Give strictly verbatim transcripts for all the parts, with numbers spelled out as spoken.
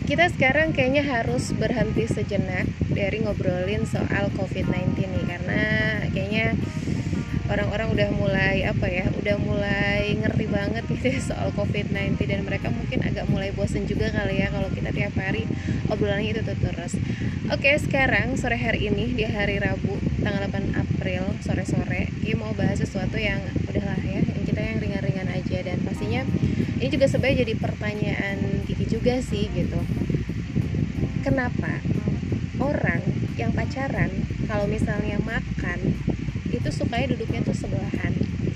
kita sekarang kayaknya harus berhenti sejenak dari ngobrolin soal covid sembilan belas nih, karena kayaknya orang-orang udah mulai apa ya, udah mulai ngerti banget gitu soal covid sembilan belas, dan mereka mungkin agak mulai bosen juga kali ya kalau kita tiap hari obrolannya itu tuh terus. Oke, sekarang sore hari ini di hari Rabu tanggal delapan April sore-sore, kita mau bahas sesuatu yang udahlah ya, yang kita yang ringan-ringan aja, dan pastinya ini juga sebenarnya jadi pertanyaan Kiki juga sih gitu. Kenapa orang yang pacaran kalau misalnya makan itu sukanya duduknya tuh sebelahan?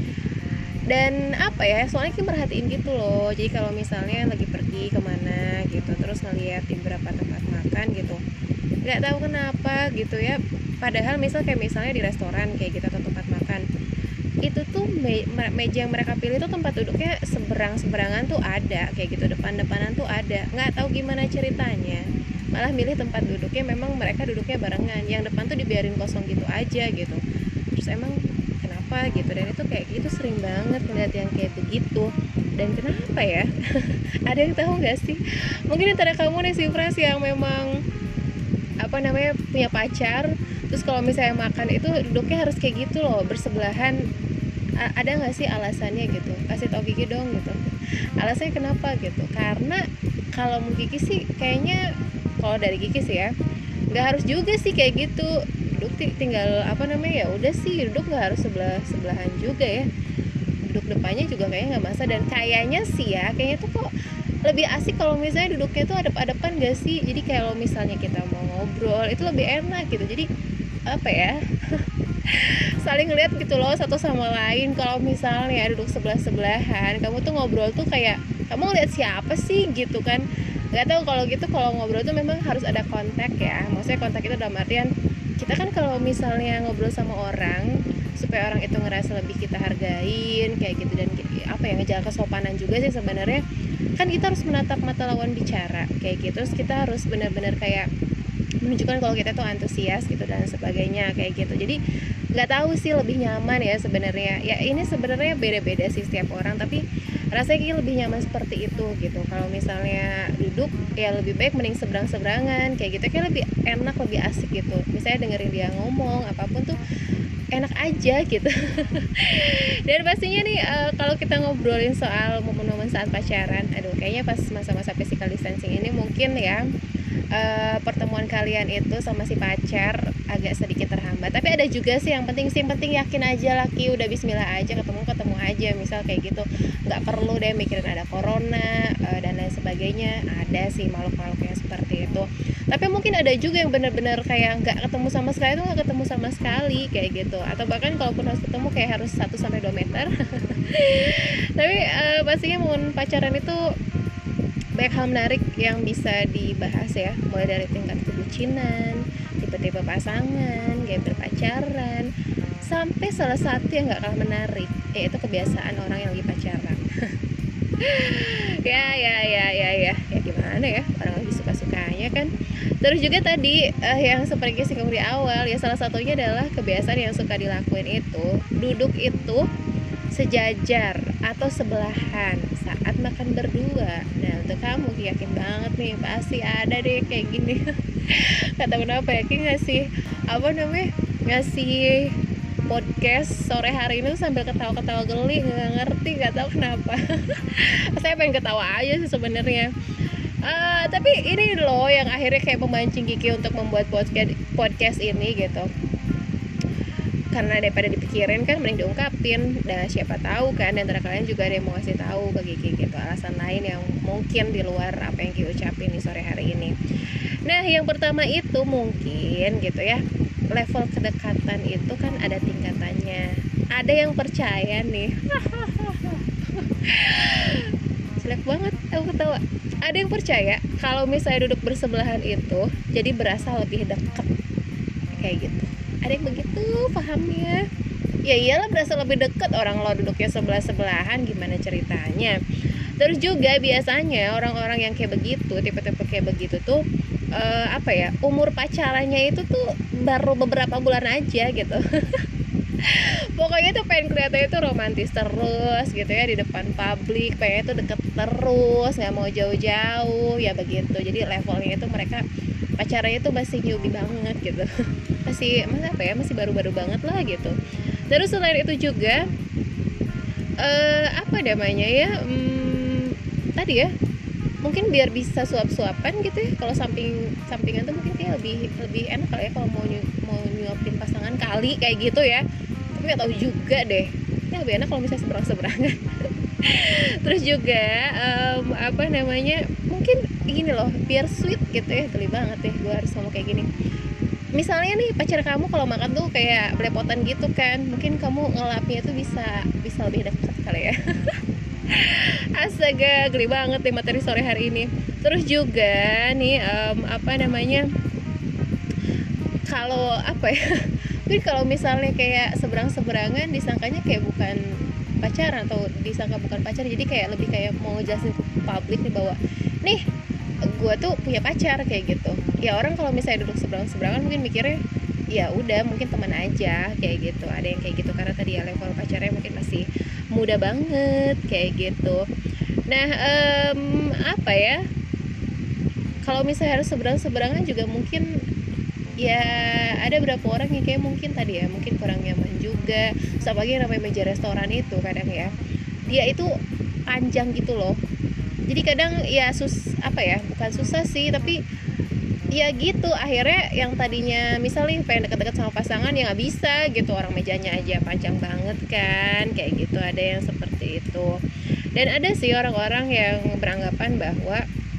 Dan apa ya, soalnya Kiki merhatiin gitu loh. Jadi kalau misalnya lagi pergi kemana gitu, terus ngeliat di beberapa tempat makan gitu, nggak tahu kenapa gitu ya. Padahal misal kayak misalnya di restoran kayak gitu atau tempat makan, itu tuh me- meja yang mereka pilih tuh tempat duduknya seberang-seberangan tuh ada kayak gitu, depan-depanan tuh ada. Nggak tahu gimana ceritanya, malah milih tempat duduknya memang mereka duduknya barengan, yang depan tuh dibiarin kosong gitu aja gitu. Terus emang kenapa gitu? Dan itu kayak gitu sering banget ngeliat yang kayak begitu. Dan kenapa ya? Ada yang tahu nggak sih? Mungkin antara kamu nih si Pras yang memang apa namanya punya pacar, terus kalau misalnya makan itu duduknya harus kayak gitu loh, bersebelahan. A- ada nggak sih alasannya gitu? Kasih tau Kiki dong gitu. Alasannya kenapa gitu? Karena kalau mau Kiki sih kayaknya, kalau dari Kiki sih ya, nggak harus juga sih kayak gitu. Duduk ti- tinggal apa namanya, ya udah sih duduk nggak harus sebelah sebelahan juga ya. Duduk depannya juga kayaknya nggak masalah, dan kayaknya sih ya, kayaknya tuh kok lebih asik kalau misalnya duduknya tuh adep-adepan gak sih? Jadi kalau misalnya kita mau ngobrol itu lebih enak gitu. Jadi apa ya, saling ngeliat gitu loh satu sama lain. Kalau misalnya duduk sebelah-sebelahan, kamu tuh ngobrol tuh kayak kamu ngeliat siapa sih gitu kan. Gak tahu kalau gitu, kalau ngobrol tuh memang harus ada kontak ya. Maksudnya kontak itu dalam artian, kita kan kalau misalnya ngobrol sama orang, supaya orang itu ngerasa lebih kita hargain kayak gitu, dan apa ya, ngejaga kesopanan juga sih sebenarnya. Kan kita harus menatap mata lawan bicara kayak gitu, terus kita harus benar-benar kayak menunjukkan kalau kita tuh antusias gitu dan sebagainya kayak gitu. Jadi nggak tahu sih lebih nyaman ya sebenarnya. Ya ini sebenarnya beda-beda sih setiap orang, tapi rasanya kayak lebih nyaman seperti itu gitu. Kalau misalnya duduk ya lebih baik mending seberang-seberangan kayak gitu, kayak lebih enak, lebih asik gitu. Misalnya dengerin dia ngomong apapun tuh enak aja gitu. Dan pastinya nih uh, kalau kita ngobrolin soal momen-momen saat pacaran, aduh kayaknya pas masa-masa physical distancing ini mungkin ya, uh, pertemuan kalian itu sama si pacar agak sedikit terhambat. Tapi ada juga sih yang penting sih, yang penting yakin aja laki, udah bismillah aja, ketemu ketemu aja misal kayak gitu. Nggak perlu deh mikirin ada corona uh, dan lain sebagainya. Ada sih makhluk-makhluk yang seperti itu. Tapi mungkin ada juga yang benar-benar kayak nggak ketemu sama sekali, itu nggak ketemu sama sekali kayak gitu. Atau bahkan kalaupun harus ketemu kayak harus satu sampai dua meter. Tapi uh, pastinya momen pacaran itu banyak hal menarik yang bisa dibahas ya, mulai dari tingkat kebucinan, tipe-tipe pasangan, gaya berpacaran, sampai salah satu yang nggak kalah menarik, yaitu kebiasaan orang yang lagi pacaran. ya ya ya ya ya ya gimana ya, orang lagi suka-sukanya kan. Terus juga tadi uh, yang seperti singgung di awal ya, salah satunya adalah kebiasaan yang suka dilakuin itu duduk itu sejajar atau sebelahan saat makan berdua. Nah untuk kamu yakin banget nih pasti ada deh kayak gini. Kata kenapa ya, Ki ngasih apa namanya, ngasih podcast sore hari ini sambil ketawa-ketawa geli, nggak ngerti, nggak tahu kenapa. Saya pengen ketawa aja sih sebenarnya. Uh, tapi ini loh yang akhirnya kayak memancing Kiki untuk membuat podcast podcast ini gitu. Karena daripada dipikirin kan mending diungkapin. Dan siapa tahu kan di antara kalian juga ada yang mau ngasih tahu ke Kiki gitu, alasan lain yang mungkin di luar apa yang Kiki ucapin di sore hari ini. Nah yang pertama itu mungkin gitu ya, level kedekatan itu kan ada tingkatannya. Ada yang percaya nih. Jelek banget aku ketawa. Ada yang percaya kalau misalnya duduk bersebelahan itu jadi berasa lebih dekat kayak gitu. Ada yang begitu pahamnya. Ya iyalah, berasa lebih dekat, orang lo duduknya sebelah-sebelahan, gimana ceritanya. Terus juga biasanya orang-orang yang kayak begitu, tipe-tipe kayak begitu tuh uh, apa ya, umur pacarannya itu tuh baru beberapa bulan aja gitu. Pokoknya tuh pengen kelihatannya tuh romantis terus gitu ya di depan publik, pengen tuh deket terus, nggak mau jauh-jauh ya begitu. Jadi levelnya itu mereka pacarnya itu masih newbie banget gitu. Masih mana apa ya, masih baru-baru banget lah gitu. Terus selain itu juga eh, apa namanya ya, hmm, tadi ya mungkin biar bisa suap-suapan gitu ya, kalau samping sampingan tuh mungkin kayak lebih lebih enak kali ya kalau mau nyu, mau nyuapin pasangan kali kayak gitu ya, tapi nggak tahu juga deh, ini lebih enak kalau misalnya seberang-seberangan. Terus juga um, apa namanya, mungkin gini loh, biar sweet gitu ya, geli banget ya gue harus ngomong kayak gini. Misalnya nih pacar kamu kalau makan tuh kayak belepotan gitu kan, mungkin kamu ngelapnya tuh bisa bisa lebih dekat kali ya. Astaga, geli banget nih materi sore hari ini. Terus juga nih um, apa namanya, kalau apa ya, mungkin kalau misalnya kayak seberang-seberangan disangkanya kayak bukan pacaran, atau disangka bukan pacar, jadi kayak lebih kayak mau ngejelasin ke publik nih bahwa nih gue tuh punya pacar kayak gitu. Ya orang kalau misalnya duduk seberang-seberangan mungkin mikirnya ya udah mungkin teman aja kayak gitu, ada yang kayak gitu karena tadi ya level pacarnya mungkin masih muda banget kayak gitu. Nah um, apa ya, kalau misalnya harus seberang-seberangan juga mungkin ya ada beberapa orang yang kayak mungkin tadi ya mungkin kurang nyaman juga. Sama lagi namanya meja restoran itu kadang ya dia itu panjang gitu loh, jadi kadang ya sus apa ya, bukan susah sih tapi ya gitu, akhirnya yang tadinya misalnya pengen deket-deket sama pasangan ya nggak bisa gitu, orang mejanya aja panjang banget kan kayak gitu, ada yang seperti itu. Dan ada sih orang-orang yang beranggapan bahwa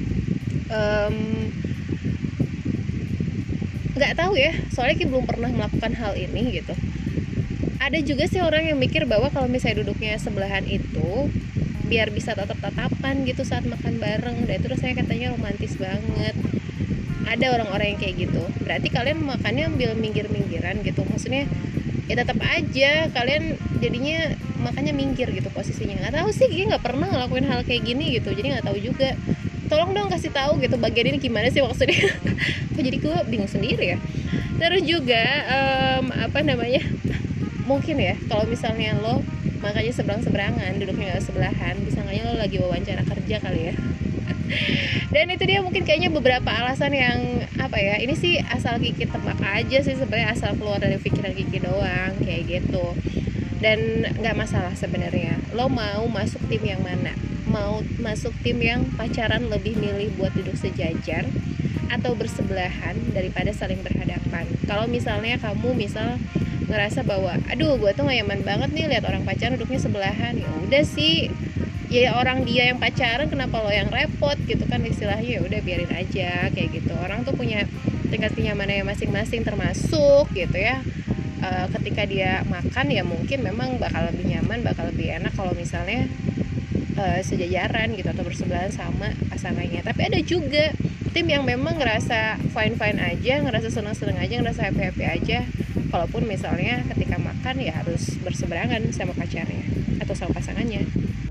nggak um, tahu ya, soalnya kita belum pernah melakukan hal ini gitu. Ada juga sih orang yang mikir bahwa kalau misalnya duduknya sebelahan itu biar bisa tatap-tatapan gitu saat makan bareng, dan itu rasanya katanya romantis banget. Ada orang-orang yang kayak gitu. Berarti kalian makannya ambil minggir-minggiran gitu, maksudnya ya tetap aja kalian jadinya makannya minggir gitu posisinya. Nggak tahu sih, kayaknya nggak pernah ngelakuin hal kayak gini gitu, jadi nggak tahu juga. Tolong dong kasih tahu gitu bagian ini gimana sih maksudnya. Kok jadi gue bingung sendiri ya. Terus juga um, apa namanya, mungkin ya kalau misalnya lo makanya seberang-seberangan, duduknya nggak sebelahan, bisa nggaknya lo lagi wawancara kerja kali ya. Dan itu dia mungkin kayaknya beberapa alasan yang apa ya, ini sih asal Kiki tebak aja sih sebenarnya, asal keluar dari pikiran Kiki doang kayak gitu. Dan nggak masalah sebenarnya, lo mau masuk tim yang mana, mau masuk tim yang pacaran lebih milih buat duduk sejajar atau bersebelahan daripada saling berhadapan. Kalau misalnya kamu misal ngerasa bahwa aduh gue tuh gak nyaman banget nih lihat orang pacaran duduknya sebelahan, ya udah sih, ya orang dia yang pacaran kenapa lo yang repot gitu kan istilahnya, ya udah biarin aja kayak gitu. Orang tuh punya tingkat kenyamanannya masing-masing, termasuk gitu ya e, ketika dia makan ya mungkin memang bakal lebih nyaman, bakal lebih enak kalau misalnya e, sejajaran gitu atau bersebelahan sama pasangannya. Tapi ada juga tim yang memang ngerasa fine-fine aja, ngerasa senang-senang aja, ngerasa happy-happy aja walaupun misalnya ketika makan ya harus berseberangan sama pacarnya atau sama pasangannya.